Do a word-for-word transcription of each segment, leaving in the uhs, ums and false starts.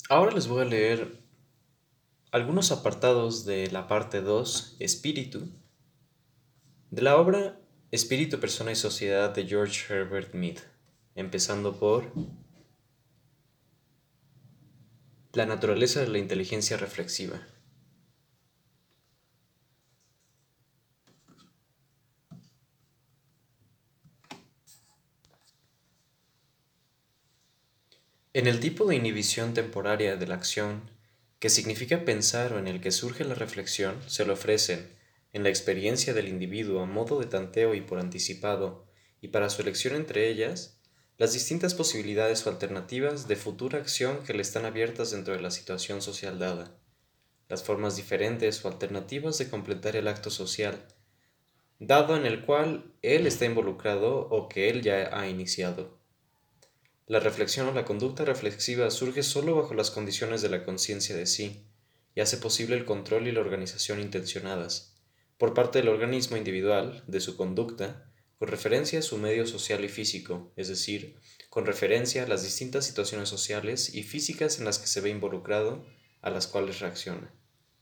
Ahora les voy a leer algunos apartados de la parte dos, Espíritu, de la obra Espíritu, Persona y Sociedad de George Herbert Mead, empezando por la naturaleza de la inteligencia reflexiva. En el tipo de inhibición temporaria de la acción, que significa pensar o en el que surge la reflexión, se le ofrecen, en la experiencia del individuo a modo de tanteo y por anticipado, y para su elección entre ellas, las distintas posibilidades o alternativas de futura acción que le están abiertas dentro de la situación social dada, las formas diferentes o alternativas de completar el acto social, dado en el cual él está involucrado o que él ya ha iniciado. La reflexión o la conducta reflexiva surge sólo bajo las condiciones de la conciencia de sí, y hace posible el control y la organización intencionadas, por parte del organismo individual, de su conducta, con referencia a su medio social y físico, es decir, con referencia a las distintas situaciones sociales y físicas en las que se ve involucrado, a las cuales reacciona.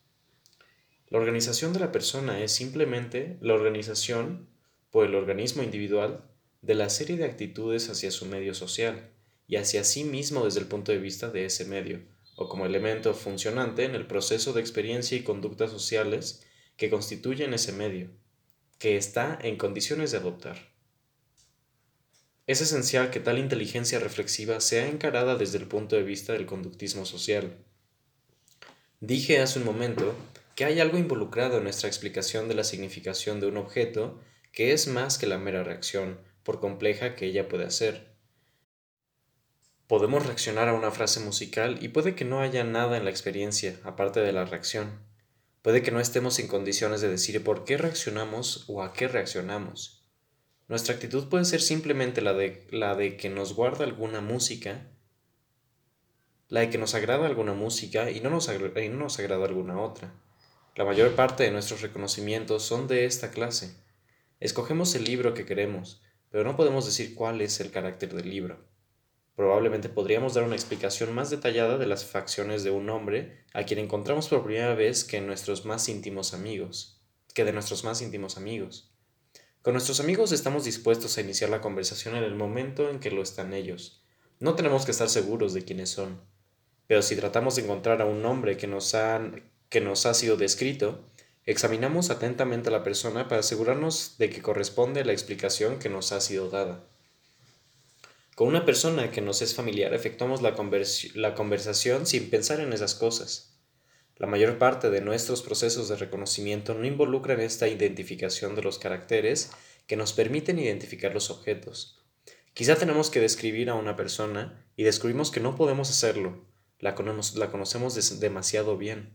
La organización de la persona es simplemente la organización, por el organismo individual, de la serie de actitudes hacia su medio social y hacia sí mismo desde el punto de vista de ese medio, o como elemento funcionante en el proceso de experiencia y conductas sociales que constituyen ese medio, que está en condiciones de adoptar. Es esencial que tal inteligencia reflexiva sea encarada desde el punto de vista del conductismo social. Dije hace un momento que hay algo involucrado en nuestra explicación de la significación de un objeto que es más que la mera reacción, por compleja que ella pueda ser. Podemos reaccionar a una frase musical y puede que no haya nada en la experiencia, aparte de la reacción. Puede que no estemos en condiciones de decir por qué reaccionamos o a qué reaccionamos. Nuestra actitud puede ser simplemente la de, la de que nos guarda alguna música, la de que nos agrada alguna música y no nos, agra- y no nos agrada alguna otra. La mayor parte de nuestros reconocimientos son de esta clase. Escogemos el libro que queremos, pero no podemos decir cuál es el carácter del libro. Probablemente podríamos dar una explicación más detallada de las facciones de un hombre a quien encontramos por primera vez que en nuestros más íntimos amigos, que de nuestros más íntimos amigos. Con nuestros amigos estamos dispuestos a iniciar la conversación en el momento en que lo están ellos. No tenemos que estar seguros de quiénes son. Pero si tratamos de encontrar a un nombre que nos, han, que nos ha sido descrito, examinamos atentamente a la persona para asegurarnos de que corresponde a la explicación que nos ha sido dada. Con una persona que nos es familiar efectuamos la, convers la conversación sin pensar en esas cosas. La mayor parte de nuestros procesos de reconocimiento no involucran esta identificación de los caracteres que nos permiten identificar los objetos. Quizá tenemos que describir a una persona y descubrimos que no podemos hacerlo. La, cono la conocemos des demasiado bien.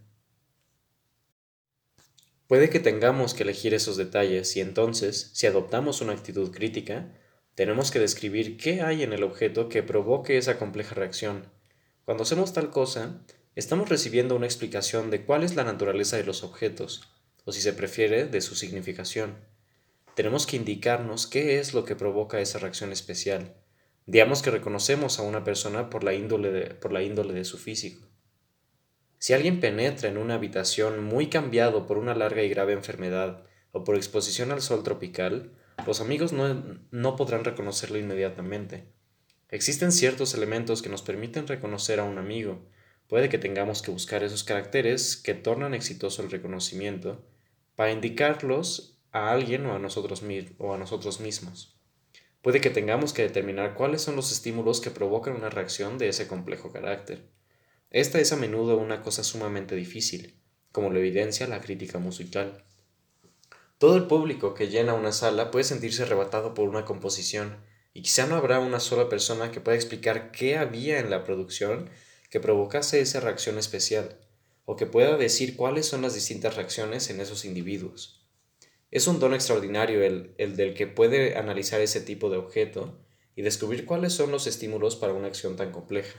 Puede que tengamos que elegir esos detalles y entonces, si adoptamos una actitud crítica, tenemos que describir qué hay en el objeto que provoque esa compleja reacción. Cuando hacemos tal cosa, estamos recibiendo una explicación de cuál es la naturaleza de los objetos, o si se prefiere, de su significación. Tenemos que indicarnos qué es lo que provoca esa reacción especial. Digamos que reconocemos a una persona por la índole de, por la índole de su físico. Si alguien penetra en una habitación muy cambiado por una larga y grave enfermedad o por exposición al sol tropical, los amigos no, no podrán reconocerlo inmediatamente. Existen ciertos elementos que nos permiten reconocer a un amigo. Puede que tengamos que buscar esos caracteres que tornan exitoso el reconocimiento para indicarlos a alguien o a nosotros, o a nosotros mismos. Puede que tengamos que determinar cuáles son los estímulos que provocan una reacción de ese complejo carácter. Esta es a menudo una cosa sumamente difícil, como lo evidencia la crítica musical. Todo el público que llena una sala puede sentirse arrebatado por una composición, y quizá no habrá una sola persona que pueda explicar qué había en la producción que provocase esa reacción especial, o que pueda decir cuáles son las distintas reacciones en esos individuos. Es un don extraordinario el, el del que puede analizar ese tipo de objeto y descubrir cuáles son los estímulos para una acción tan compleja.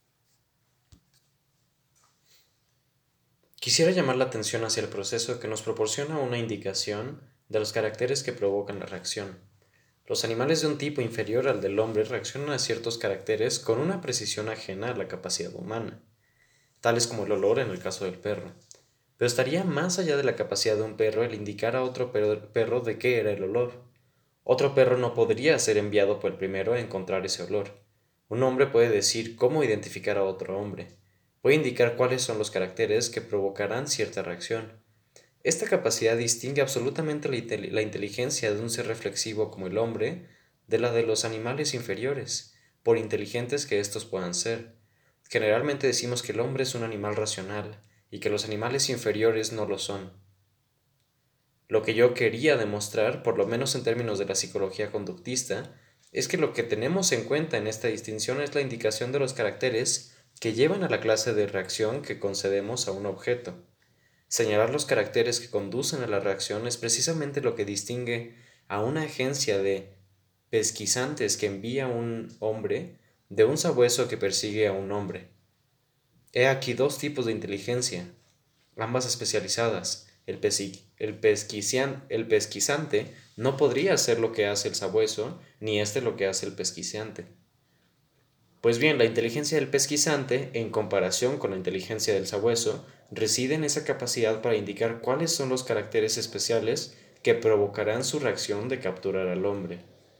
Quisiera llamar la atención hacia el proceso que nos proporciona una indicación de los caracteres que provocan la reacción. Los animales de un tipo inferior al del hombre reaccionan a ciertos caracteres con una precisión ajena a la capacidad humana. tales como el olor en el caso del perro. Pero estaría más allá de la capacidad de un perro el indicar a otro perro de qué era el olor. Otro perro no podría ser enviado por el primero a encontrar ese olor. Un hombre puede decir cómo identificar a otro hombre. Puede indicar cuáles son los caracteres que provocarán cierta reacción. Esta capacidad distingue absolutamente la, intel- la inteligencia de un ser reflexivo como el hombre de la de los animales inferiores, por inteligentes que éstos puedan ser. Generalmente decimos que el hombre es un animal racional y que los animales inferiores no lo son. Lo que yo quería demostrar, por lo menos en términos de la psicología conductista, es que lo que tenemos en cuenta en esta distinción es la indicación de los caracteres que llevan a la clase de reacción que concedemos a un objeto. Señalar los caracteres que conducen a la reacción es precisamente lo que distingue a una agencia de pesquisantes que envía a un hombre de un sabueso que persigue a un hombre. He aquí dos tipos de inteligencia, ambas especializadas. El, pesi- el, pesquician- el pesquisante no podría hacer lo que hace el sabueso, ni éste lo que hace el pesquisante. Pues bien, la inteligencia del pesquisante, en comparación con la inteligencia del sabueso, reside en esa capacidad para indicar cuáles son los caracteres especiales que provocarán su reacción de capturar al hombre.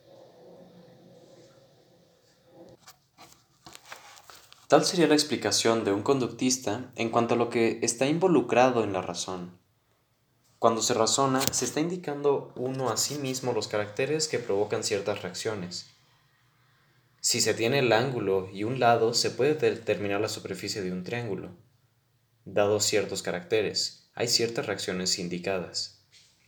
Tal sería la explicación de un conductista en cuanto a lo que está involucrado en la razón. Cuando se razona, se está indicando uno a sí mismo los caracteres que provocan ciertas reacciones. Si se tiene el ángulo y un lado, se puede determinar la superficie de un triángulo. Dados ciertos caracteres, hay ciertas reacciones indicadas.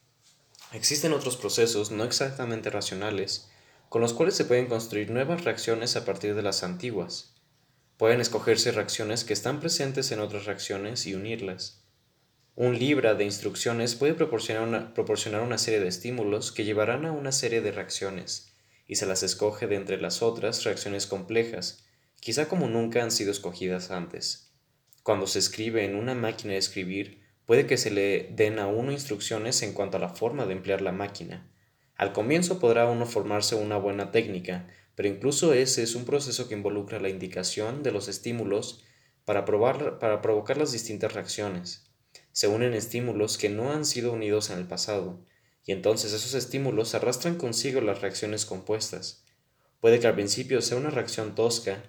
Existen otros procesos no exactamente racionales, con los cuales se pueden construir nuevas reacciones a partir de las antiguas. Pueden escogerse reacciones que están presentes en otras reacciones y unirlas. Un libro de instrucciones puede proporcionar una, proporcionar una serie de estímulos que llevarán a una serie de reacciones, y se las escoge de entre las otras reacciones complejas, quizá como nunca han sido escogidas antes. Cuando se escribe en una máquina de escribir, puede que se le den a uno instrucciones en cuanto a la forma de emplear la máquina. Al comienzo podrá uno formarse una buena técnica, pero incluso ese es un proceso que involucra la indicación de los estímulos para, probar, para provocar las distintas reacciones. Se unen estímulos que no han sido unidos en el pasado, y entonces esos estímulos arrastran consigo las reacciones compuestas. Puede que al principio sea una reacción tosca,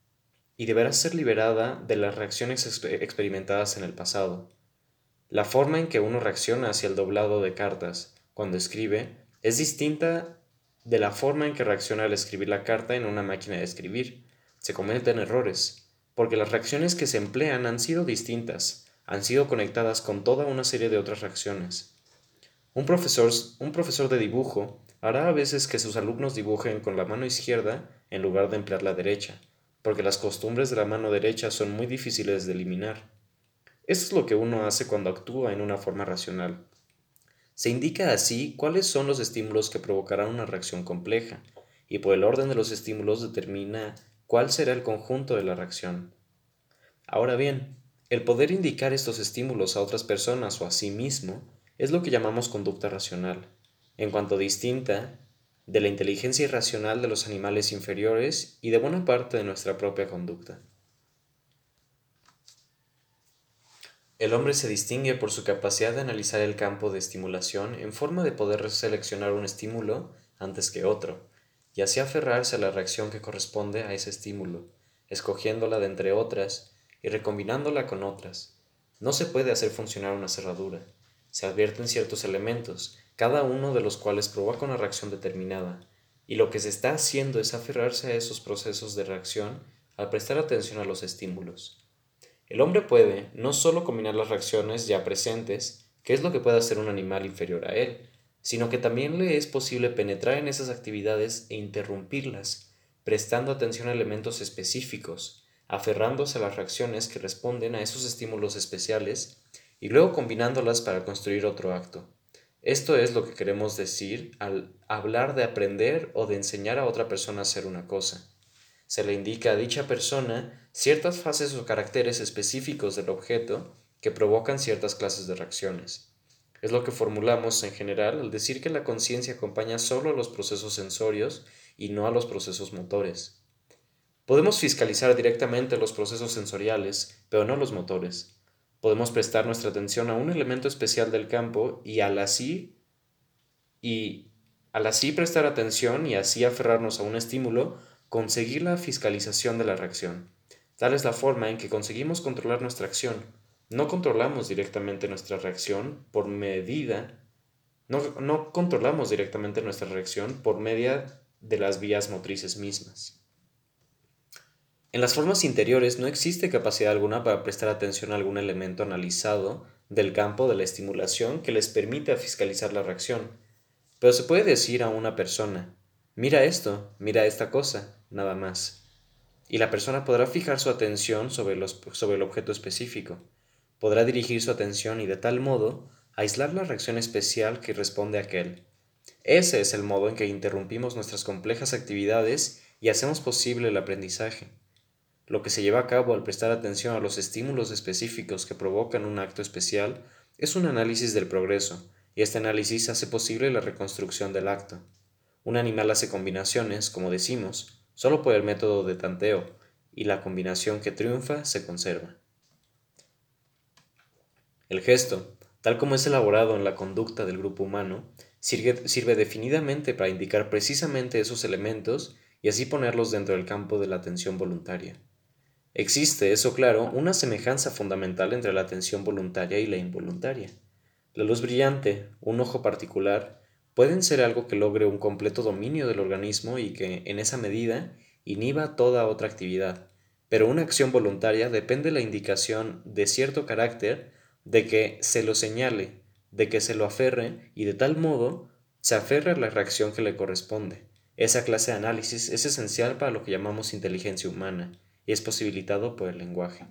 y deberá ser liberada de las reacciones exper experimentadas en el pasado. La forma en que uno reacciona hacia el doblado de cartas cuando escribe es distinta de la forma en que reacciona al escribir la carta en una máquina de escribir. Se cometen errores, porque las reacciones que se emplean han sido distintas, han sido conectadas con toda una serie de otras reacciones. Un profesor, un profesor de dibujo hará a veces que sus alumnos dibujen con la mano izquierda en lugar de emplear la derecha, porque las costumbres de la mano derecha son muy difíciles de eliminar. Esto es lo que uno hace cuando actúa en una forma racional. Se indica así cuáles son los estímulos que provocarán una reacción compleja, y por el orden de los estímulos determina cuál será el conjunto de la reacción. Ahora bien, el poder indicar estos estímulos a otras personas o a sí mismo es lo que llamamos conducta racional, en cuanto distinta de la inteligencia irracional de los animales inferiores y de buena parte de nuestra propia conducta. El hombre se distingue por su capacidad de analizar el campo de estimulación en forma de poder seleccionar un estímulo antes que otro, y así aferrarse a la reacción que corresponde a ese estímulo, escogiéndola de entre otras y recombinándola con otras. No se puede hacer funcionar una cerradura. Se advierten ciertos elementos, cada uno de los cuales provoca una reacción determinada, y lo que se está haciendo es aferrarse a esos procesos de reacción al prestar atención a los estímulos. El hombre puede no solo combinar las reacciones ya presentes, que es lo que puede hacer un animal inferior a él, sino que también le es posible penetrar en esas actividades e interrumpirlas, prestando atención a elementos específicos, aferrándose a las reacciones que responden a esos estímulos especiales y luego combinándolas para construir otro acto. Esto es lo que queremos decir al hablar de aprender o de enseñar a otra persona a hacer una cosa. Se le indica a dicha persona ciertas fases o caracteres específicos del objeto que provocan ciertas clases de reacciones. Es lo que formulamos en general al decir que la conciencia acompaña solo a los procesos sensorios y no a los procesos motores. Podemos fiscalizar directamente los procesos sensoriales, pero no los motores. Podemos prestar nuestra atención a un elemento especial del campo y al así y al así prestar atención y así aferrarnos a un estímulo, conseguir la fiscalización de la reacción. Tal es la forma en que conseguimos controlar nuestra acción. No controlamos directamente nuestra reacción por medida, no, no controlamos directamente nuestra reacción por media de las vías motrices mismas. En las formas interiores no existe capacidad alguna para prestar atención a algún elemento analizado del campo de la estimulación que les permita fiscalizar la reacción. Pero se puede decir a una persona, mira esto, mira esta cosa, nada más. Y la persona podrá fijar su atención sobre, los, sobre el objeto específico. Podrá dirigir su atención y de tal modo aislar la reacción especial que responde a aquel. Ese es el modo en que interrumpimos nuestras complejas actividades y hacemos posible el aprendizaje. Lo que se lleva a cabo al prestar atención a los estímulos específicos que provocan un acto especial es un análisis del progreso, y este análisis hace posible la reconstrucción del acto. Un animal hace combinaciones, como decimos, solo por el método de tanteo, y la combinación que triunfa se conserva. El gesto, tal como es elaborado en la conducta del grupo humano, sirve, sirve definidamente para indicar precisamente esos elementos y así ponerlos dentro del campo de la atención voluntaria. Existe, eso claro, una semejanza fundamental entre la atención voluntaria y la involuntaria. La luz brillante, un ojo particular, pueden ser algo que logre un completo dominio del organismo y que, en esa medida, inhiba toda otra actividad, pero una acción voluntaria depende de la indicación de cierto carácter, de que se lo señale, de que se lo aferre y de tal modo se aferre a la reacción que le corresponde. Esa clase de análisis es esencial para lo que llamamos inteligencia humana y es posibilitado por el lenguaje.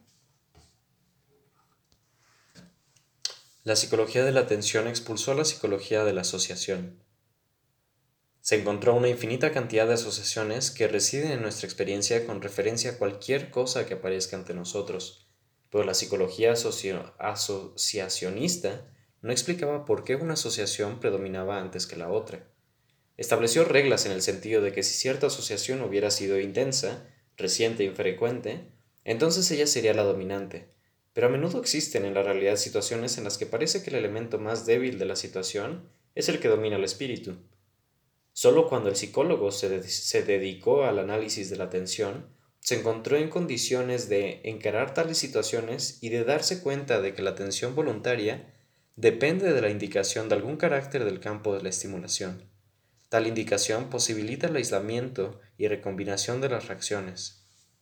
La psicología de la atención expulsó a la psicología de la asociación. Se encontró una infinita cantidad de asociaciones que residen en nuestra experiencia con referencia a cualquier cosa que aparezca ante nosotros, pero la psicología asocio- asociacionista no explicaba por qué una asociación predominaba antes que la otra. Estableció reglas en el sentido de que si cierta asociación hubiera sido intensa, reciente e infrecuente, entonces ella sería la dominante. Pero a menudo existen en la realidad situaciones en las que parece que el elemento más débil de la situación es el que domina el espíritu. Solo cuando el psicólogo se, de- se dedicó al análisis de la atención, se encontró en condiciones de encarar tales situaciones y de darse cuenta de que la atención voluntaria depende de la indicación de algún carácter del campo de la estimulación. Tal indicación posibilita el aislamiento y recombinación de las reacciones.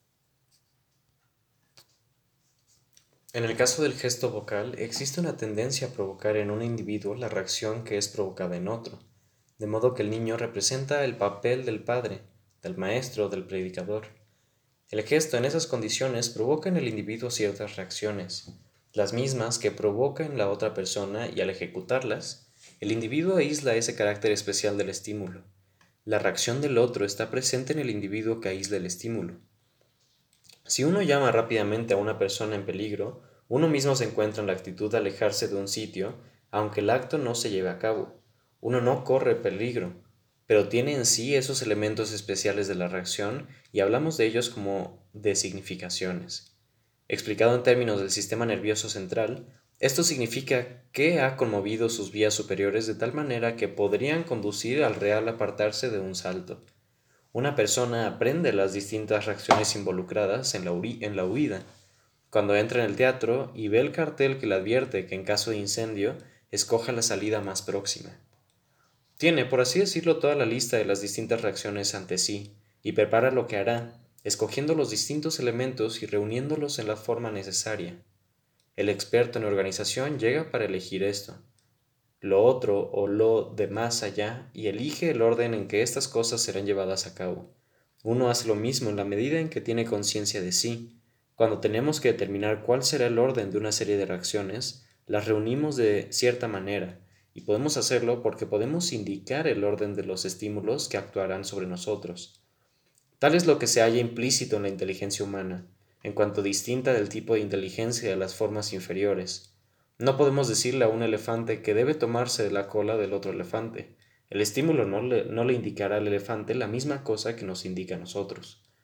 En el caso del gesto vocal, existe una tendencia a provocar en un individuo la reacción que es provocada en otro, de modo que el niño representa el papel del padre, del maestro, del predicador. El gesto en esas condiciones provoca en el individuo ciertas reacciones, las mismas que provoca en la otra persona y al ejecutarlas, el individuo aísla ese carácter especial del estímulo. La reacción del otro está presente en el individuo que aísla el estímulo. Si uno llama rápidamente a una persona en peligro, uno mismo se encuentra en la actitud de alejarse de un sitio, aunque el acto no se lleve a cabo. Uno no corre peligro, pero tiene en sí esos elementos especiales de la reacción y hablamos de ellos como de significaciones. Explicado en términos del sistema nervioso central, esto significa que ha conmovido sus vías superiores de tal manera que podrían conducir al real apartarse de un salto. Una persona aprende las distintas reacciones involucradas en la, en la huida. Cuando entra en el teatro y ve el cartel que le advierte que en caso de incendio, escoja la salida más próxima. Tiene, por así decirlo, toda la lista de las distintas reacciones ante sí y prepara lo que hará, escogiendo los distintos elementos y reuniéndolos en la forma necesaria. El experto en organización llega para elegir esto, lo otro o lo de más allá y elige el orden en que estas cosas serán llevadas a cabo. Uno hace lo mismo en la medida en que tiene conciencia de sí. Cuando tenemos que determinar cuál será el orden de una serie de reacciones, las reunimos de cierta manera, y podemos hacerlo porque podemos indicar el orden de los estímulos que actuarán sobre nosotros. Tal es lo que se halla implícito en la inteligencia humana, en cuanto distinta del tipo de inteligencia de las formas inferiores. No podemos decirle a un elefante que debe tomarse de la cola del otro elefante. El estímulo no le, no le indicará al elefante la misma cosa que nos indica a nosotros.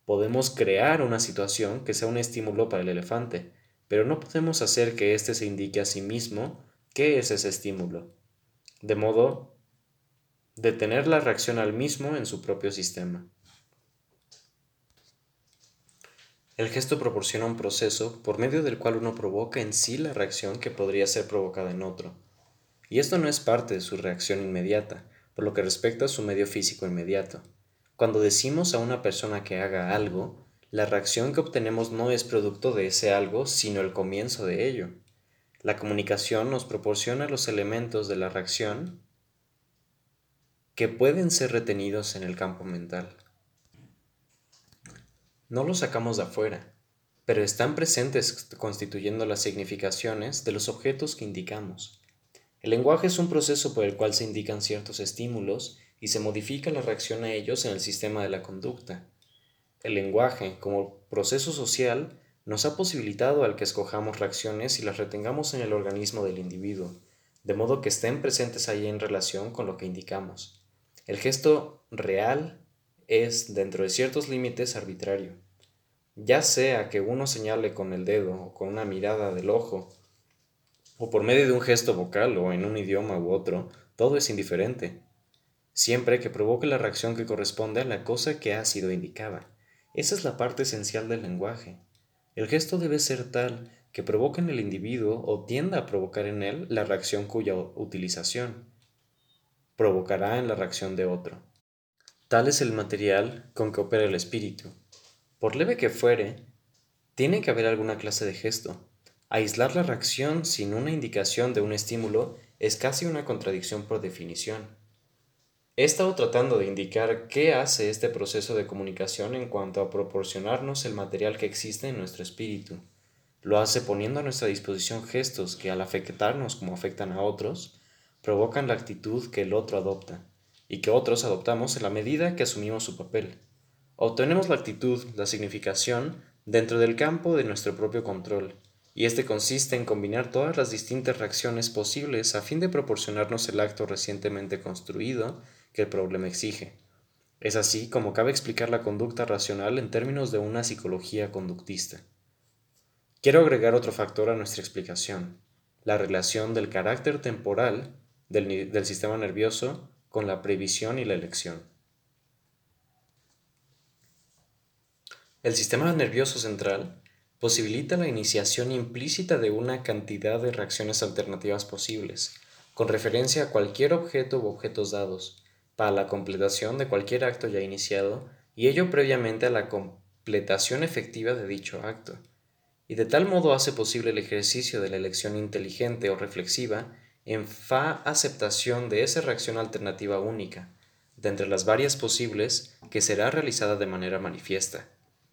Podemos crear una situación que sea un estímulo para el elefante, pero no podemos hacer que éste se indique a sí mismo qué es ese estímulo, de modo de tener la reacción al mismo en su propio sistema. El gesto proporciona un proceso por medio del cual uno provoca en sí la reacción que podría ser provocada en otro. Y esto no es parte de su reacción inmediata, por lo que respecta a su medio físico inmediato. Cuando decimos a una persona que haga algo, la reacción que obtenemos no es producto de ese algo, sino el comienzo de ello. La comunicación nos proporciona los elementos de la reacción que pueden ser retenidos en el campo mental. No los sacamos de afuera, pero están presentes constituyendo las significaciones de los objetos que indicamos. El lenguaje es un proceso por el cual se indican ciertos estímulos y se modifica la reacción a ellos en el sistema de la conducta. El lenguaje, como proceso social, nos ha posibilitado al que escojamos reacciones y las retengamos en el organismo del individuo, de modo que estén presentes ahí en relación con lo que indicamos. El gesto real es, dentro de ciertos límites, arbitrario. Ya sea que uno señale con el dedo o con una mirada del ojo, o por medio de un gesto vocal o en un idioma u otro, todo es indiferente, siempre que provoque la reacción que corresponde a la cosa que ha sido indicada. Esa es la parte esencial del lenguaje. El gesto debe ser tal que provoque en el individuo o tienda a provocar en él la reacción cuya utilización provocará en la reacción de otro. Tal es el material con que opera el espíritu. Por leve que fuere, tiene que haber alguna clase de gesto. Aislar la reacción sin una indicación de un estímulo es casi una contradicción por definición. He estado tratando de indicar qué hace este proceso de comunicación en cuanto a proporcionarnos el material que existe en nuestro espíritu. Lo hace poniendo a nuestra disposición gestos que, al afectarnos como afectan a otros, provocan la actitud que el otro adopta, y que otros adoptamos en la medida que asumimos su papel. Obtenemos la actitud, la significación, dentro del campo de nuestro propio control, y este consiste en combinar todas las distintas reacciones posibles a fin de proporcionarnos el acto recientemente construido que el problema exige. Es así como cabe explicar la conducta racional en términos de una psicología conductista. Quiero agregar otro factor a nuestra explicación, la relación del carácter temporal del, del sistema nervioso con la previsión y la elección. El sistema nervioso central posibilita la iniciación implícita de una cantidad de reacciones alternativas posibles, con referencia a cualquier objeto u objetos dados, para la completación de cualquier acto ya iniciado, y ello previamente a la completación efectiva de dicho acto, y de tal modo hace posible el ejercicio de la elección inteligente o reflexiva en fa aceptación de esa reacción alternativa única, de entre las varias posibles, que será realizada de manera manifiesta.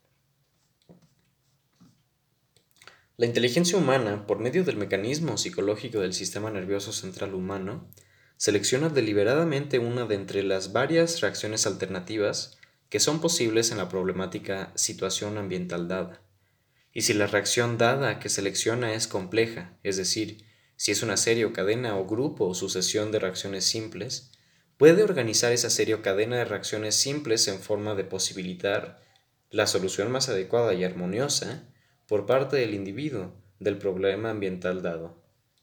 La inteligencia humana, por medio del mecanismo psicológico del sistema nervioso central humano, selecciona deliberadamente una de entre las varias reacciones alternativas que son posibles en la problemática situación ambiental dada. Y si la reacción dada que selecciona es compleja, es decir, si es una serie o cadena o grupo o sucesión de reacciones simples, puede organizar esa serie o cadena de reacciones simples en forma de posibilitar la solución más adecuada y armoniosa por parte del individuo del problema ambiental dado.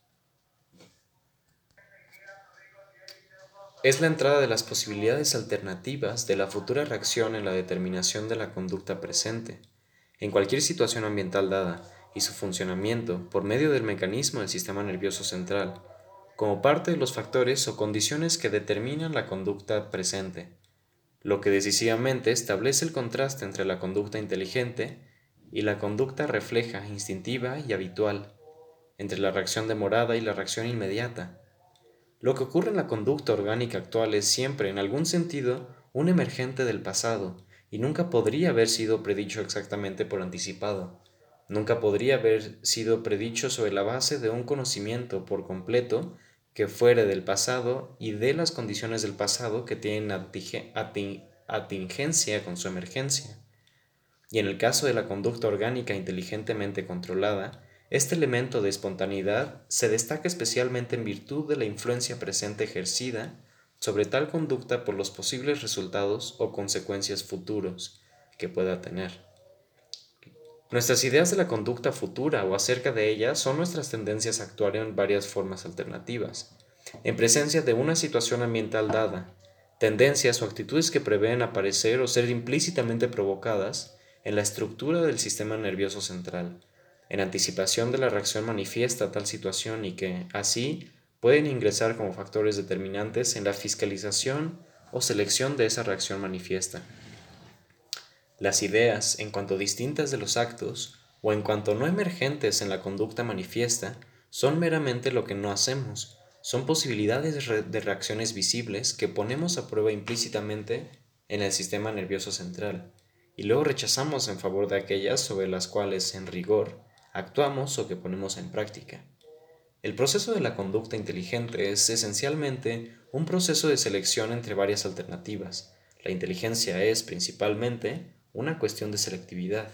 Es la entrada de las posibilidades alternativas de la futura reacción en la determinación de la conducta presente, en cualquier situación ambiental dada, y su funcionamiento por medio del mecanismo del sistema nervioso central, como parte de los factores o condiciones que determinan la conducta presente, lo que decisivamente establece el contraste entre la conducta inteligente y la conducta refleja, instintiva y habitual, entre la reacción demorada y la reacción inmediata. Lo que ocurre en la conducta orgánica actual es siempre, en algún sentido, un emergente del pasado, y nunca podría haber sido predicho exactamente por anticipado. Nunca podría haber sido predicho sobre la base de un conocimiento por completo que fuere del pasado y de las condiciones del pasado que tienen atingencia con su emergencia. Y en el caso de la conducta orgánica inteligentemente controlada, este elemento de espontaneidad se destaca especialmente en virtud de la influencia presente ejercida sobre tal conducta por los posibles resultados o consecuencias futuros, que pueda tener. Nuestras ideas de la conducta futura o acerca de ella son nuestras tendencias a actuar en varias formas alternativas, en presencia de una situación ambiental dada, tendencias o actitudes que prevén aparecer o ser implícitamente provocadas en la estructura del sistema nervioso central, en anticipación de la reacción manifiesta a tal situación y que, así, pueden ingresar como factores determinantes en la fiscalización o selección de esa reacción manifiesta. Las ideas, en cuanto distintas de los actos, o en cuanto no emergentes en la conducta manifiesta, son meramente lo que no hacemos, son posibilidades de reacciones visibles que ponemos a prueba implícitamente en el sistema nervioso central, y luego rechazamos en favor de aquellas sobre las cuales, en rigor, actuamos o que ponemos en práctica. El proceso de la conducta inteligente es esencialmente un proceso de selección entre varias alternativas. La inteligencia es, principalmente, una cuestión de selectividad.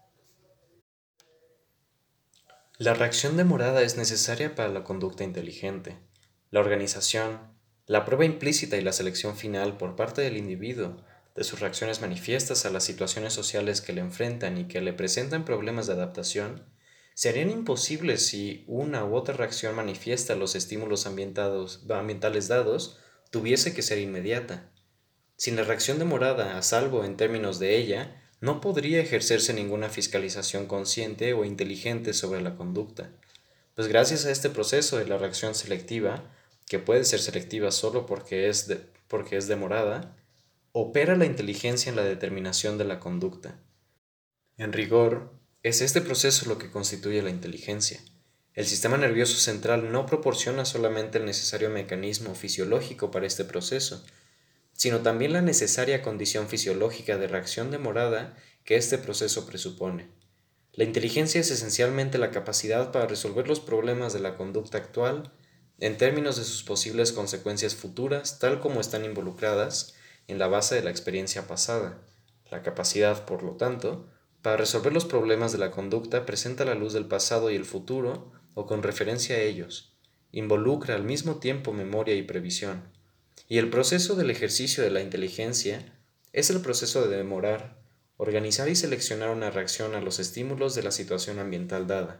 La reacción demorada es necesaria para la conducta inteligente. La organización, la prueba implícita y la selección final por parte del individuo de sus reacciones manifiestas a las situaciones sociales que le enfrentan y que le presentan problemas de adaptación, serían imposibles si una u otra reacción manifiesta a los estímulos ambientales dados tuviese que ser inmediata. Sin la reacción demorada, a salvo en términos de ella, no podría ejercerse ninguna fiscalización consciente o inteligente sobre la conducta, pues gracias a este proceso de la reacción selectiva, que puede ser selectiva solo porque es, de, porque es demorada, opera la inteligencia en la determinación de la conducta. En rigor, es este proceso lo que constituye la inteligencia. El sistema nervioso central no proporciona solamente el necesario mecanismo fisiológico para este proceso, sino también la necesaria condición fisiológica de reacción demorada que este proceso presupone. La inteligencia es esencialmente la capacidad para resolver los problemas de la conducta actual en términos de sus posibles consecuencias futuras, tal como están involucradas en la base de la experiencia pasada. La capacidad, por lo tanto, para resolver los problemas de la conducta presenta la luz del pasado y el futuro, o con referencia a ellos. Involucra al mismo tiempo memoria y previsión. Y el proceso del ejercicio de la inteligencia es el proceso de demorar, organizar y seleccionar una reacción a los estímulos de la situación ambiental dada.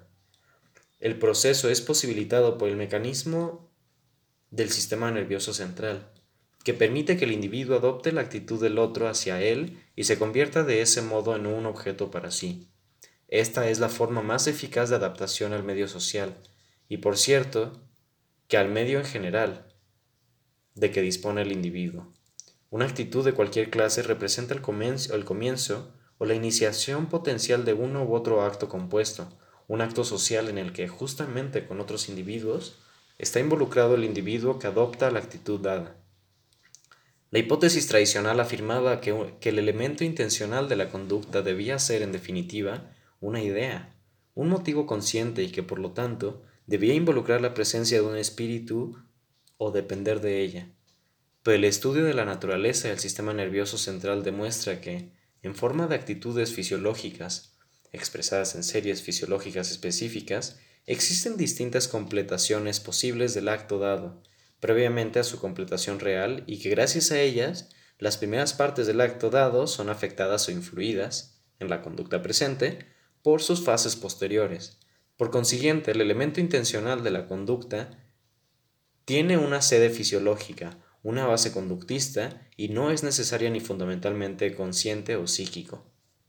El proceso es posibilitado por el mecanismo del sistema nervioso central, que permite que el individuo adopte la actitud del otro hacia él y se convierta de ese modo en un objeto para sí. Esta es la forma más eficaz de adaptación al medio social, y por cierto, que al medio en general, de que dispone el individuo. Una actitud de cualquier clase representa el comienzo, el comienzo o la iniciación potencial de uno u otro acto compuesto, un acto social en el que, justamente con otros individuos, está involucrado el individuo que adopta la actitud dada. La hipótesis tradicional afirmaba que, que el elemento intencional de la conducta debía ser, en definitiva, una idea, un motivo consciente y que, por lo tanto, debía involucrar la presencia de un espíritu o depender de ella. Pero el estudio de la naturaleza del sistema nervioso central demuestra que, en forma de actitudes fisiológicas, expresadas en series fisiológicas específicas, existen distintas completaciones posibles del acto dado, previamente a su completación real, y que gracias a ellas, las primeras partes del acto dado son afectadas o influidas, en la conducta presente, por sus fases posteriores. Por consiguiente, el elemento intencional de la conducta tiene una sede fisiológica, una base conductista y no es necesaria ni fundamentalmente consciente o psíquico.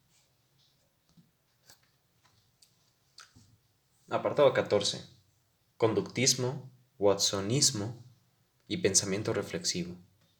Apartado catorce. Conductismo, watsonismo y pensamiento reflexivo.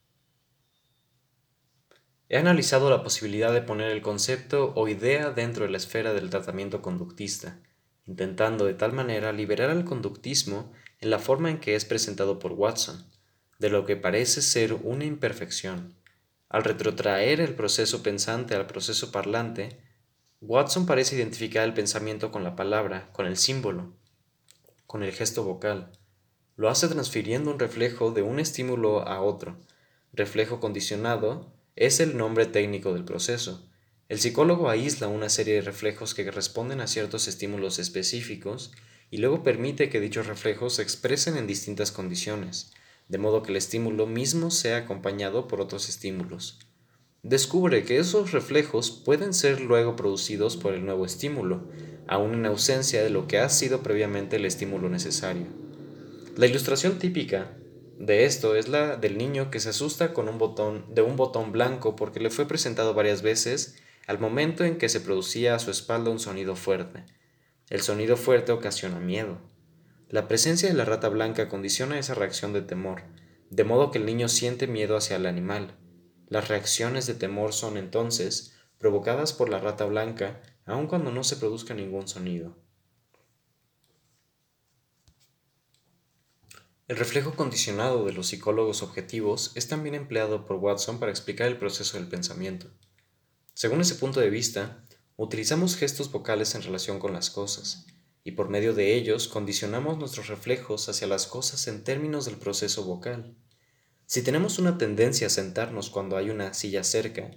He analizado la posibilidad de poner el concepto o idea dentro de la esfera del tratamiento conductista, intentando de tal manera liberar al conductismo en la forma en que es presentado por Watson, de lo que parece ser una imperfección. Al retrotraer el proceso pensante al proceso parlante, Watson parece identificar el pensamiento con la palabra, con el símbolo, con el gesto vocal. Lo hace transfiriendo un reflejo de un estímulo a otro. Reflejo condicionado es el nombre técnico del proceso. El psicólogo aísla una serie de reflejos que responden a ciertos estímulos específicos y luego permite que dichos reflejos se expresen en distintas condiciones, de modo que el estímulo mismo sea acompañado por otros estímulos. descubre que esos reflejos pueden ser luego producidos por el nuevo estímulo, aun en ausencia de lo que ha sido previamente el estímulo necesario. La ilustración típica de esto es la del niño que se asusta con un botón, de un botón blanco porque le fue presentado varias veces al momento en que se producía a su espalda un sonido fuerte. El sonido fuerte ocasiona miedo. La presencia de la rata blanca condiciona esa reacción de temor, de modo que el niño siente miedo hacia el animal. Las reacciones de temor son entonces provocadas por la rata blanca, aun cuando no se produzca ningún sonido. El reflejo condicionado de los psicólogos objetivos es también empleado por Watson para explicar el proceso del pensamiento. Según ese punto de vista, utilizamos gestos vocales en relación con las cosas, y por medio de ellos condicionamos nuestros reflejos hacia las cosas en términos del proceso vocal. Si tenemos una tendencia a sentarnos cuando hay una silla cerca,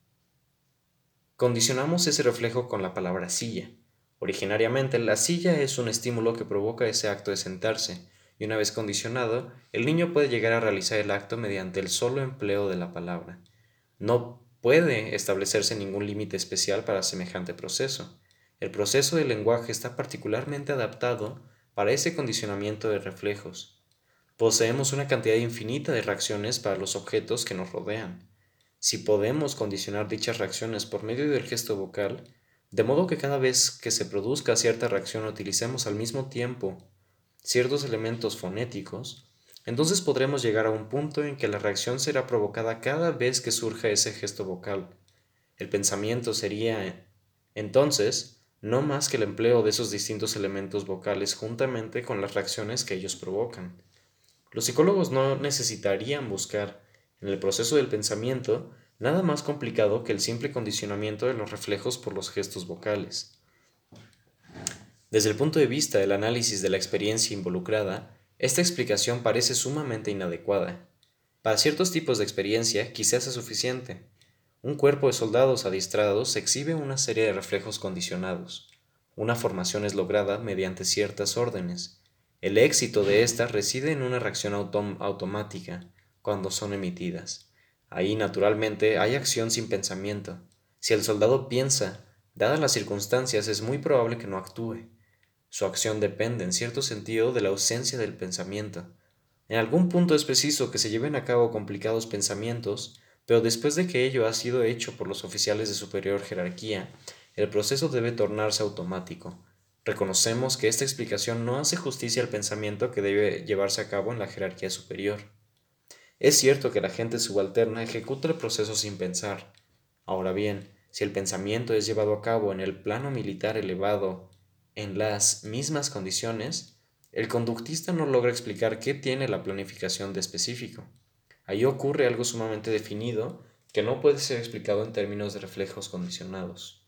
condicionamos ese reflejo con la palabra silla. Originariamente, la silla es un estímulo que provoca ese acto de sentarse, y una vez condicionado, el niño puede llegar a realizar el acto mediante el solo empleo de la palabra. No puede establecerse ningún límite especial para semejante proceso. El proceso del lenguaje está particularmente adaptado para ese condicionamiento de reflejos. Poseemos una cantidad infinita de reacciones para los objetos que nos rodean. Si podemos condicionar dichas reacciones por medio del gesto vocal, de modo que cada vez que se produzca cierta reacción utilicemos al mismo tiempo ciertos elementos fonéticos, entonces podremos llegar a un punto en que la reacción será provocada cada vez que surja ese gesto vocal. El pensamiento sería, entonces, no más que el empleo de esos distintos elementos vocales juntamente con las reacciones que ellos provocan. Los psicólogos no necesitarían buscar, en el proceso del pensamiento, nada más complicado que el simple condicionamiento de los reflejos por los gestos vocales. Desde el punto de vista del análisis de la experiencia involucrada, esta explicación parece sumamente inadecuada. Para ciertos tipos de experiencia quizás sea suficiente. Un cuerpo de soldados adiestrados exhibe una serie de reflejos condicionados. Una formación es lograda mediante ciertas órdenes. El éxito de ésta reside en una reacción autom- automática cuando son emitidas. Ahí, naturalmente, hay acción sin pensamiento. Si el soldado piensa, dadas las circunstancias, es muy probable que no actúe. Su acción depende, en cierto sentido, de la ausencia del pensamiento. En algún punto es preciso que se lleven a cabo complicados pensamientos, pero después de que ello ha sido hecho por los oficiales de superior jerarquía, el proceso debe tornarse automático. Reconocemos que esta explicación no hace justicia al pensamiento que debe llevarse a cabo en la jerarquía superior. Es cierto que la gente subalterna ejecuta el proceso sin pensar. Ahora bien, si el pensamiento es llevado a cabo en el plano militar elevado, en las mismas condiciones, el conductista no logra explicar qué tiene la planificación de específico. Ahí ocurre algo sumamente definido que no puede ser explicado en términos de reflejos condicionados.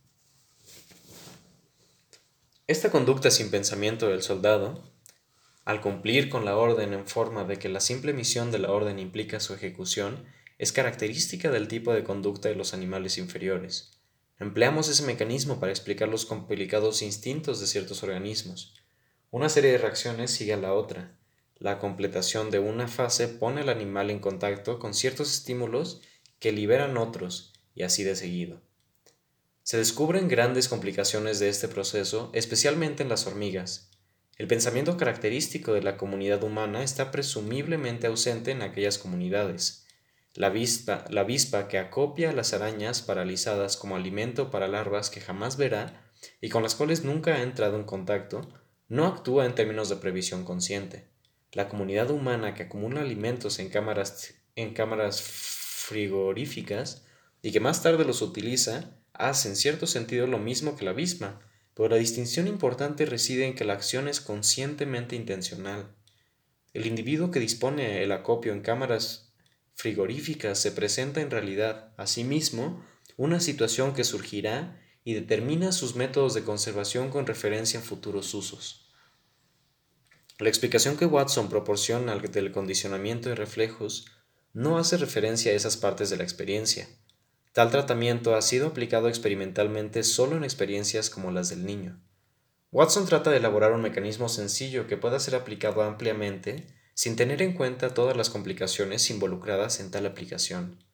Esta conducta sin pensamiento del soldado, al cumplir con la orden en forma de que la simple emisión de la orden implica su ejecución, es característica del tipo de conducta de los animales inferiores. Empleamos ese mecanismo para explicar los complicados instintos de ciertos organismos. Una serie de reacciones sigue a la otra. La completación de una fase pone al animal en contacto con ciertos estímulos que liberan otros, y así de seguido. Se descubren grandes complicaciones de este proceso, especialmente en las hormigas. El pensamiento característico de la comunidad humana está presumiblemente ausente en aquellas comunidades. La avispa, la avispa que acopia a las arañas paralizadas como alimento para larvas que jamás verá y con las cuales nunca ha entrado en contacto, no actúa en términos de previsión consciente. La comunidad humana que acumula alimentos en cámaras, en cámaras frigoríficas y que más tarde los utiliza, hace en cierto sentido lo mismo que la avispa, pero la distinción importante reside en que la acción es conscientemente intencional. El individuo que dispone el acopio en cámaras frigoríficas se presenta en realidad a sí mismo una situación que surgirá y determina sus métodos de conservación con referencia a futuros usos. La explicación que Watson proporciona del condicionamiento de reflejos no hace referencia a esas partes de la experiencia. Tal tratamiento ha sido aplicado experimentalmente solo en experiencias como las del niño. Watson trata de elaborar un mecanismo sencillo que pueda ser aplicado ampliamente sin tener en cuenta todas las complicaciones involucradas en tal aplicación.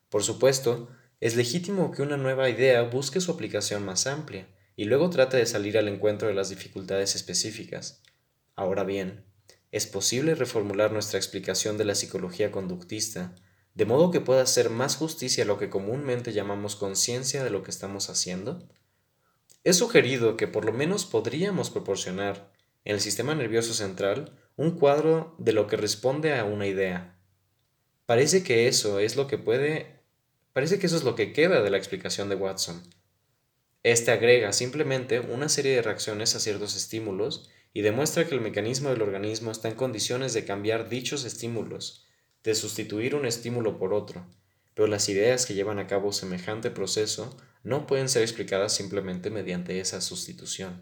Por supuesto, es legítimo que una nueva idea busque su aplicación más amplia y luego trate de salir al encuentro de las dificultades específicas. Ahora bien, ¿es posible reformular nuestra explicación de la psicología conductista de modo que pueda hacer más justicia a lo que comúnmente llamamos conciencia de lo que estamos haciendo? He sugerido que por lo menos podríamos proporcionar, en el sistema nervioso central, un cuadro de lo que responde a una idea. Parece que eso es lo que puede, parece que eso es lo que queda de la explicación de Watson. Este agrega simplemente una serie de reacciones a ciertos estímulos y demuestra que el mecanismo del organismo está en condiciones de cambiar dichos estímulos, de sustituir un estímulo por otro, pero las ideas que llevan a cabo semejante proceso no pueden ser explicadas simplemente mediante esa sustitución.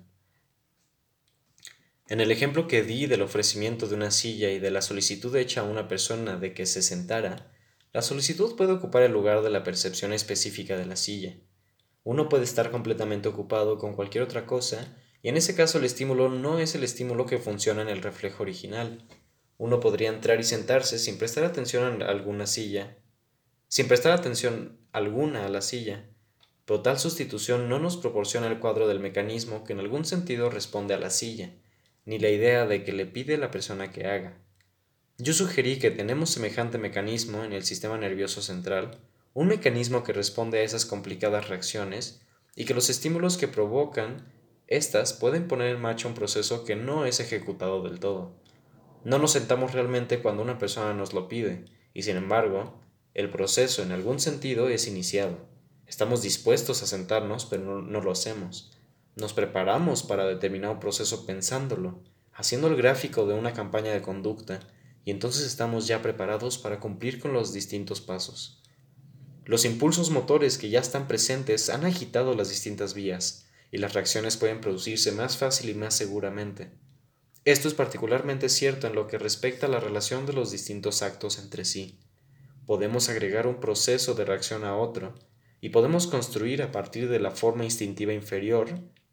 En el ejemplo que di del ofrecimiento de una silla y de la solicitud hecha a una persona de que se sentara, la solicitud puede ocupar el lugar de la percepción específica de la silla. Uno puede estar completamente ocupado con cualquier otra cosa, y en ese caso el estímulo no es el estímulo que funciona en el reflejo original. Uno podría entrar y sentarse sin prestar atención a alguna silla, sin prestar atención alguna a la silla, pero tal sustitución no nos proporciona el cuadro del mecanismo que en algún sentido responde a la silla, ni la idea de que le pide la persona que haga. Yo sugerí que tenemos semejante mecanismo en el sistema nervioso central, un mecanismo que responde a esas complicadas reacciones y que los estímulos que provocan estas pueden poner en marcha un proceso que no es ejecutado del todo. No nos sentamos realmente cuando una persona nos lo pide, y sin embargo, el proceso en algún sentido es iniciado. Estamos dispuestos a sentarnos, pero no, no lo hacemos. Nos preparamos para determinado proceso pensándolo, haciendo el gráfico de una campaña de conducta, y entonces estamos ya preparados para cumplir con los distintos pasos. Los impulsos motores que ya están presentes han agitado las distintas vías, y las reacciones pueden producirse más fácil y más seguramente. Esto es particularmente cierto en lo que respecta a la relación de los distintos actos entre sí. Podemos agregar un proceso de reacción a otro, y podemos construir a partir de la forma instintiva inferior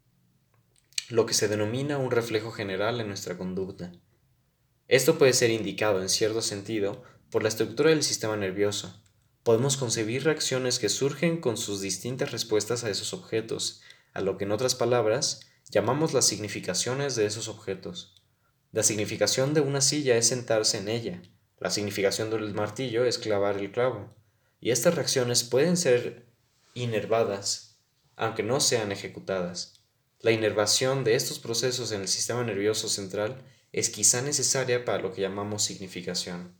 lo que se denomina un reflejo general en nuestra conducta. Esto puede ser indicado, en cierto sentido, por la estructura del sistema nervioso. Podemos concebir reacciones que surgen con sus distintas respuestas a esos objetos, a lo que en otras palabras llamamos las significaciones de esos objetos. La significación de una silla es sentarse en ella, la significación del martillo es clavar el clavo, y estas reacciones pueden ser inervadas, aunque no sean ejecutadas. La inervación de estos procesos en el sistema nervioso central es quizá necesaria para lo que llamamos significación.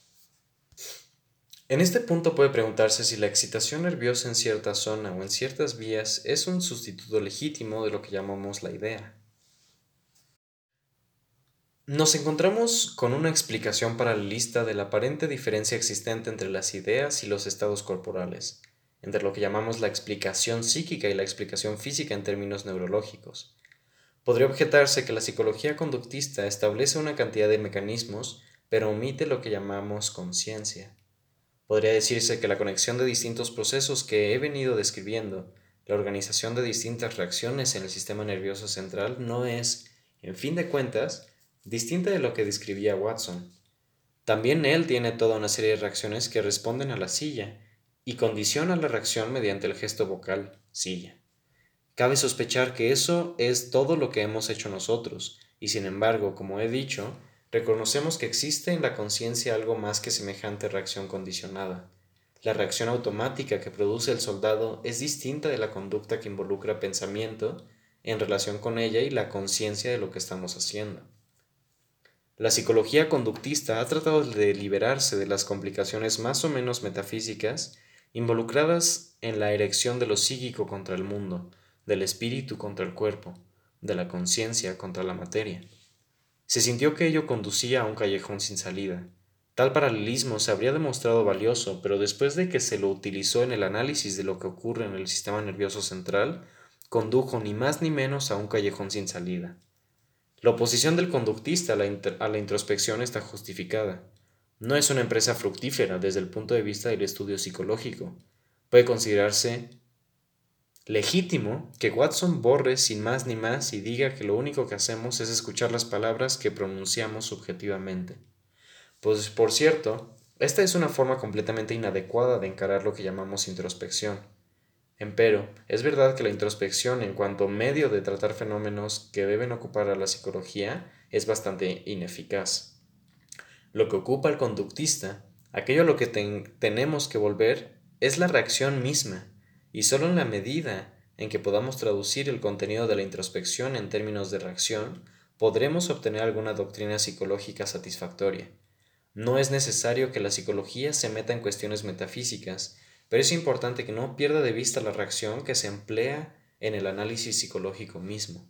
En este punto puede preguntarse si la excitación nerviosa en cierta zona o en ciertas vías es un sustituto legítimo de lo que llamamos la idea. Nos encontramos con una explicación paralelista de la aparente diferencia existente entre las ideas y los estados corporales, entre lo que llamamos la explicación psíquica y la explicación física en términos neurológicos. Podría objetarse que la psicología conductista establece una cantidad de mecanismos, pero omite lo que llamamos conciencia. Podría decirse que la conexión de distintos procesos que he venido describiendo, la organización de distintas reacciones en el sistema nervioso central, no es, en fin de cuentas, distinta de lo que describía Watson. También él tiene toda una serie de reacciones que responden a la silla y condiciona la reacción mediante el gesto vocal, silla. Cabe sospechar que eso es todo lo que hemos hecho nosotros, y sin embargo, como he dicho, reconocemos que existe en la conciencia algo más que semejante reacción condicionada. La reacción automática que produce el soldado es distinta de la conducta que involucra pensamiento en relación con ella y la conciencia de lo que estamos haciendo. La psicología conductista ha tratado de liberarse de las complicaciones más o menos metafísicas involucradas en la erección de lo psíquico contra el mundo, del espíritu contra el cuerpo, de la conciencia contra la materia. Se sintió que ello conducía a un callejón sin salida. Tal paralelismo se habría demostrado valioso, pero después de que se lo utilizó en el análisis de lo que ocurre en el sistema nervioso central, condujo ni más ni menos a un callejón sin salida. La oposición del conductista a la, inter- a la introspección está justificada. No es una empresa fructífera desde el punto de vista del estudio psicológico. Puede considerarse legítimo que Watson borre sin más ni más y diga que lo único que hacemos es escuchar las palabras que pronunciamos subjetivamente. Pues por cierto, Esta es una forma completamente inadecuada de encarar lo que llamamos introspección. Empero, es verdad que la introspección en cuanto medio de tratar fenómenos que deben ocupar a la psicología es bastante ineficaz. Lo que ocupa al conductista, aquello a lo que ten- tenemos que volver, es la reacción misma, y solo en la medida en que podamos traducir el contenido de la introspección en términos de reacción, podremos obtener alguna doctrina psicológica satisfactoria. No es necesario que la psicología se meta en cuestiones metafísicas, pero es importante que no pierda de vista la reacción que se emplea en el análisis psicológico mismo.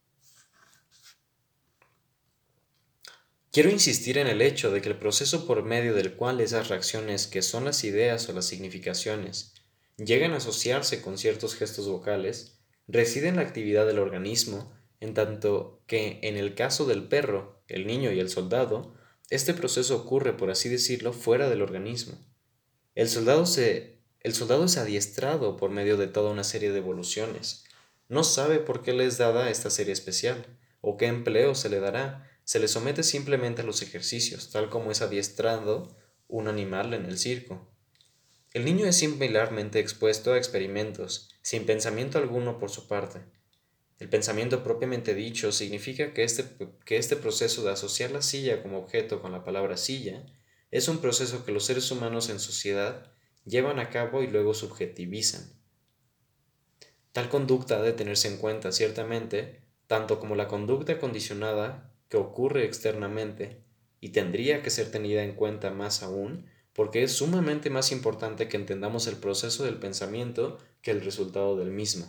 Quiero insistir en el hecho de que el proceso por medio del cual esas reacciones, que son las ideas o las significaciones, llegan a asociarse con ciertos gestos vocales, reside en la actividad del organismo, en tanto que en el caso del perro, el niño y el soldado, este proceso ocurre, por así decirlo, fuera del organismo. El soldado, se, el soldado es adiestrado por medio de toda una serie de evoluciones. No sabe por qué le es dada esta serie especial, o qué empleo se le dará. Se le somete simplemente a los ejercicios, tal como es adiestrado un animal en el circo. El niño es similarmente expuesto a experimentos, sin pensamiento alguno por su parte. El pensamiento propiamente dicho significa que este, que este proceso de asociar la silla como objeto con la palabra silla es un proceso que los seres humanos en sociedad llevan a cabo y luego subjetivizan. Tal conducta ha de tenerse en cuenta, ciertamente, tanto como la conducta condicionada que ocurre externamente, y tendría que ser tenida en cuenta más aún, porque es sumamente más importante que entendamos el proceso del pensamiento que el resultado del mismo.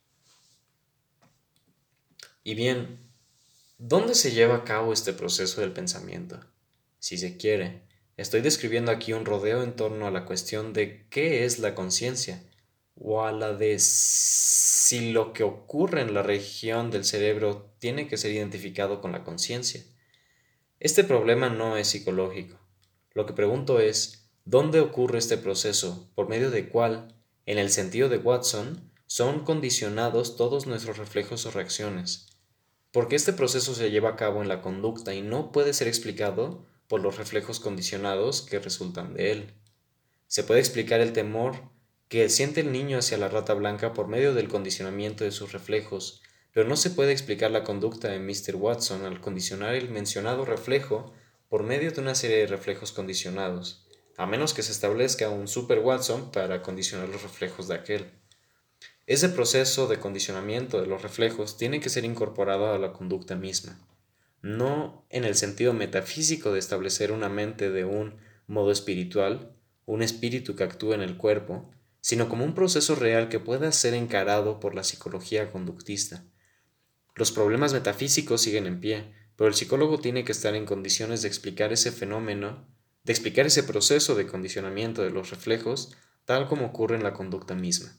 Y bien, ¿dónde se lleva a cabo este proceso del pensamiento? Si se quiere, estoy describiendo aquí un rodeo en torno a la cuestión de qué es la conciencia, o a la de si lo que ocurre en la región del cerebro tiene que ser identificado con la conciencia. Este problema no es psicológico. Lo que pregunto es, ¿dónde ocurre este proceso, por medio de cuál, en el sentido de Watson, son condicionados todos nuestros reflejos o reacciones? Porque este proceso se lleva a cabo en la conducta y no puede ser explicado por los reflejos condicionados que resultan de él. Se puede explicar el temor que siente el niño hacia la rata blanca por medio del condicionamiento de sus reflejos, pero no se puede explicar la conducta de míster Watson al condicionar el mencionado reflejo por medio de una serie de reflejos condicionados, a menos que se establezca un Super Watson para condicionar los reflejos de aquel. Ese proceso de condicionamiento de los reflejos tiene que ser incorporado a la conducta misma, no en el sentido metafísico de establecer una mente de un modo espiritual, un espíritu que actúa en el cuerpo, sino como un proceso real que pueda ser encarado por la psicología conductista. Los problemas metafísicos siguen en pie, pero el psicólogo tiene que estar en condiciones de explicar ese fenómeno, de explicar ese proceso de condicionamiento de los reflejos, tal como ocurre en la conducta misma.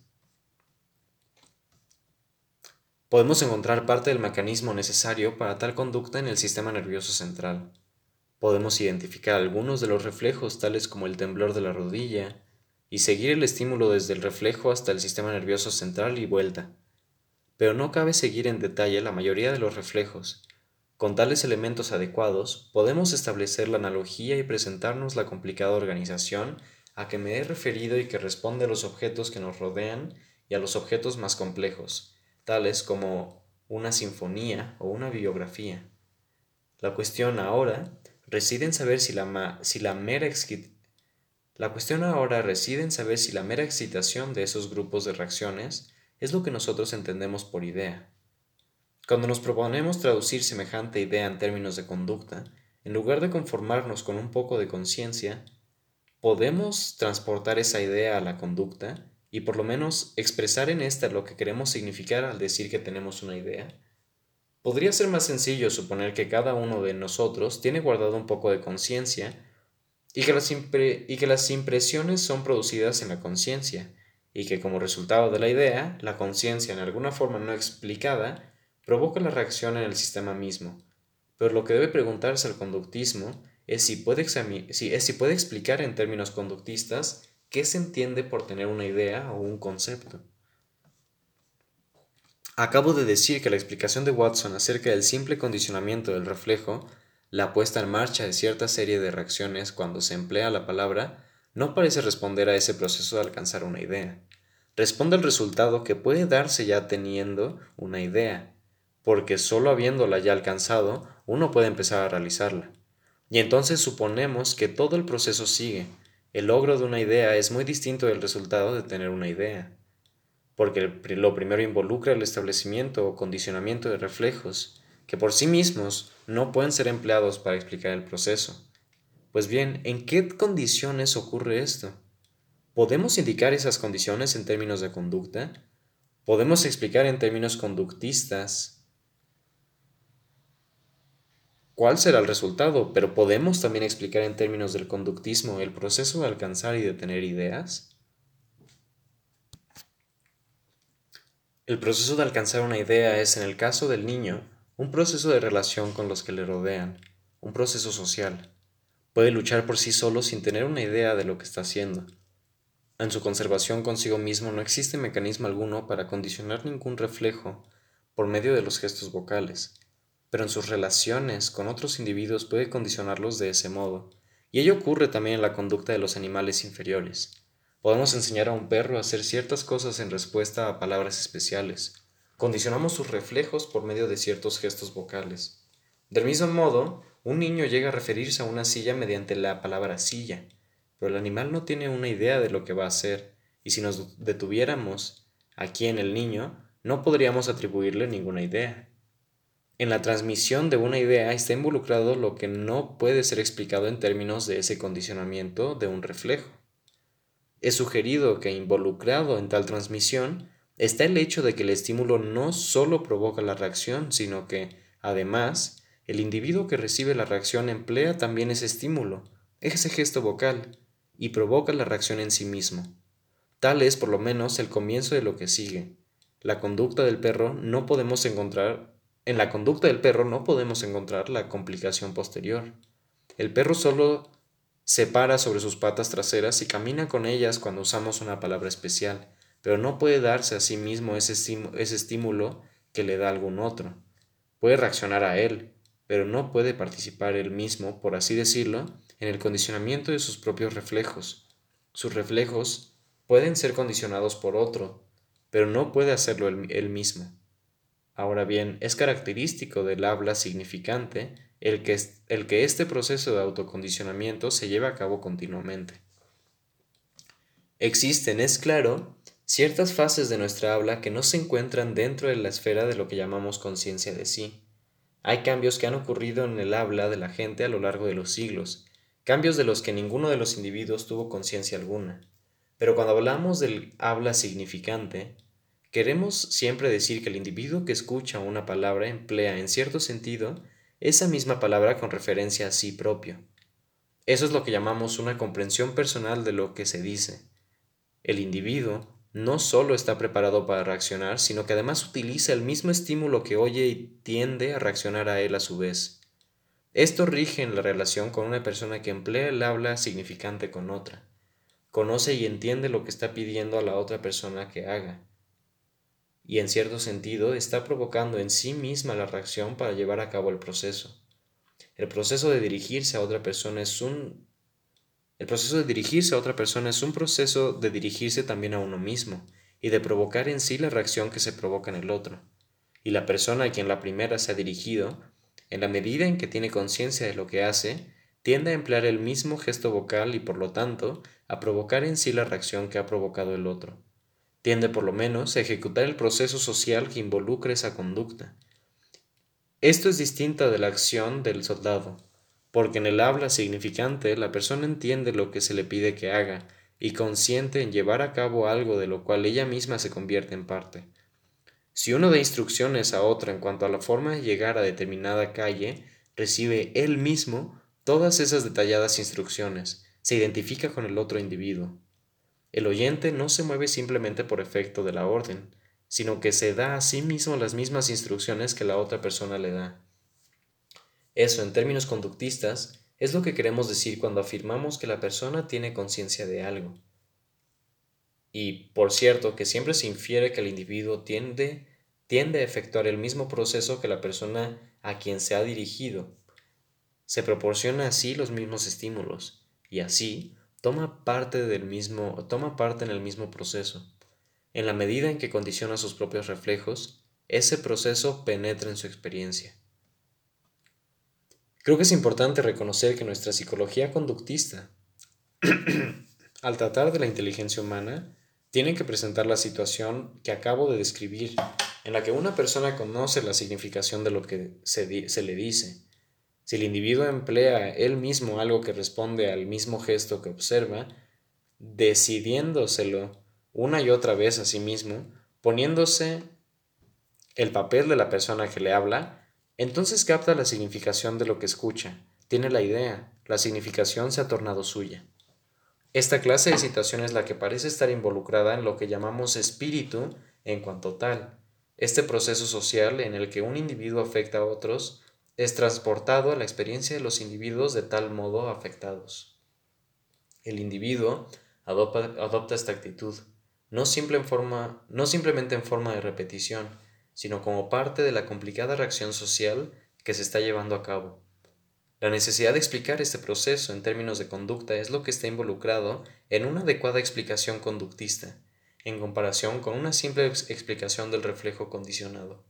Podemos encontrar parte del mecanismo necesario para tal conducta en el sistema nervioso central. Podemos identificar algunos de los reflejos tales como el temblor de la rodilla y seguir el estímulo desde el reflejo hasta el sistema nervioso central y vuelta. Pero no cabe seguir en detalle la mayoría de los reflejos. Con tales elementos adecuados, podemos establecer la analogía y presentarnos la complicada organización a que me he referido y que responde a los objetos que nos rodean y a los objetos más complejos, tales como una sinfonía o una biografía. La cuestión ahora reside en saber si la, ma- si la mera exci- la cuestión ahora reside en saber si la mera excitación de esos grupos de reacciones es lo que nosotros entendemos por idea. Cuando nos proponemos traducir semejante idea en términos de conducta, en lugar de conformarnos con un poco de conciencia, podemos transportar esa idea a la conducta y por lo menos expresar en esta lo que queremos significar al decir que tenemos una idea. Podría ser más sencillo suponer que cada uno de nosotros tiene guardado un poco de conciencia y que las impre- y que las impresiones son producidas en la conciencia, y que como resultado de la idea, la conciencia en alguna forma no explicada provoca la reacción en el sistema mismo. Pero lo que debe preguntarse al conductismo es si puede, exami- si, es si puede explicar en términos conductistas qué se entiende por tener una idea o un concepto. Acabo de decir que la explicación de Watson acerca del simple condicionamiento del reflejo La puesta en marcha de cierta serie de reacciones cuando se emplea la palabra no parece responder a ese proceso de alcanzar una idea. Responde al resultado que puede darse ya teniendo una idea, porque solo habiéndola ya alcanzado, uno puede empezar a realizarla. Y entonces suponemos que todo el proceso sigue. El logro de una idea es muy distinto del resultado de tener una idea, porque lo primero involucra el establecimiento o condicionamiento de reflejos, que por sí mismos no pueden ser empleados para explicar el proceso. Pues bien, ¿en qué condiciones ocurre esto? ¿Podemos indicar esas condiciones en términos de conducta? ¿Podemos explicar en términos conductistas cuál será el resultado? Pero ¿podemos también explicar en términos del conductismo el proceso de alcanzar y de tener ideas? El proceso de alcanzar una idea es, en el caso del niño, un proceso de relación con los que le rodean, un proceso social. Puede luchar por sí solo sin tener una idea de lo que está haciendo. En su conservación consigo mismo no existe mecanismo alguno para condicionar ningún reflejo por medio de los gestos vocales, pero en sus relaciones con otros individuos puede condicionarlos de ese modo, y ello ocurre también en la conducta de los animales inferiores. Podemos enseñar a un perro a hacer ciertas cosas en respuesta a palabras especiales. Condicionamos sus reflejos por medio de ciertos gestos vocales. Del mismo modo, un niño llega a referirse a una silla mediante la palabra silla, pero el animal no tiene una idea de lo que va a hacer, y si nos detuviéramos aquí en el niño, no podríamos atribuirle ninguna idea. En la transmisión de una idea está involucrado lo que no puede ser explicado en términos de ese condicionamiento de un reflejo. Es sugerido que involucrado en tal transmisión está el hecho de que el estímulo no solo provoca la reacción, sino que, además, el individuo que recibe la reacción emplea también ese estímulo, ese gesto vocal, y provoca la reacción en sí mismo. Tal es, por lo menos, el comienzo de lo que sigue. La conducta del perro no podemos encontrar, en la conducta del perro no podemos encontrar la complicación posterior. El perro solo se para sobre sus patas traseras y camina con ellas cuando usamos una palabra especial, pero no puede darse a sí mismo ese, ese estímulo que le da algún otro. Puede reaccionar a él, pero no puede participar él mismo, por así decirlo, en el condicionamiento de sus propios reflejos. Sus reflejos pueden ser condicionados por otro, pero no puede hacerlo él, él mismo. Ahora bien, es característico del habla significante el que, el que este proceso de autocondicionamiento se lleve a cabo continuamente. Existen, es claro, ciertas fases de nuestra habla que no se encuentran dentro de la esfera de lo que llamamos conciencia de sí. Hay cambios que han ocurrido en el habla de la gente a lo largo de los siglos, cambios de los que ninguno de los individuos tuvo conciencia alguna. Pero cuando hablamos del habla significante, queremos siempre decir que el individuo que escucha una palabra emplea en cierto sentido esa misma palabra con referencia a sí propio. Eso es lo que llamamos una comprensión personal de lo que se dice. El individuo no solo está preparado para reaccionar, sino que además utiliza el mismo estímulo que oye y tiende a reaccionar a él a su vez. Esto rige en la relación con una persona que emplea el habla significante con otra. Conoce y entiende lo que está pidiendo a la otra persona que haga, y en cierto sentido está provocando en sí misma la reacción para llevar a cabo el proceso. El proceso de dirigirse a otra persona es un El proceso de dirigirse a otra persona es un proceso de dirigirse también a uno mismo y de provocar en sí la reacción que se provoca en el otro. Y la persona a quien la primera se ha dirigido, en la medida en que tiene conciencia de lo que hace, tiende a emplear el mismo gesto vocal y por lo tanto a provocar en sí la reacción que ha provocado el otro. Tiende por lo menos a ejecutar el proceso social que involucra esa conducta. Esto es distinto de la acción del soldado, porque en el habla significante la persona entiende lo que se le pide que haga y consiente en llevar a cabo algo de lo cual ella misma se convierte en parte. Si uno da instrucciones a otro en cuanto a la forma de llegar a determinada calle, recibe él mismo todas esas detalladas instrucciones, se identifica con el otro individuo. El oyente no se mueve simplemente por efecto de la orden, sino que se da a sí mismo las mismas instrucciones que la otra persona le da. Eso, en términos conductistas, es lo que queremos decir cuando afirmamos que la persona tiene conciencia de algo. Y, por cierto, que siempre se infiere que el individuo tiende, tiende a efectuar el mismo proceso que la persona a quien se ha dirigido. Se proporciona así los mismos estímulos, y así toma parte del mismo, toma parte en el mismo proceso. En la medida en que condiciona sus propios reflejos, ese proceso penetra en su experiencia. Creo que es importante reconocer que nuestra psicología conductista, al tratar de la inteligencia humana, tiene que presentar la situación que acabo de describir, en la que una persona conoce la significación de lo que se, di- se le dice. Si el individuo emplea él mismo algo que responde al mismo gesto que observa, decidiéndoselo una y otra vez a sí mismo, poniéndose el papel de la persona que le habla, entonces capta la significación de lo que escucha, tiene la idea, la significación se ha tornado suya. Esta clase de situación es la que parece estar involucrada en lo que llamamos espíritu en cuanto tal. Este proceso social en el que un individuo afecta a otros es transportado a la experiencia de los individuos de tal modo afectados. El individuo adopta, adopta esta actitud, no, simple en forma, no simplemente en forma de repetición, sino como parte de la complicada reacción social que se está llevando a cabo. La necesidad de explicar este proceso en términos de conducta es lo que está involucrado en una adecuada explicación conductista, en comparación con una simple ex- explicación del reflejo condicionado.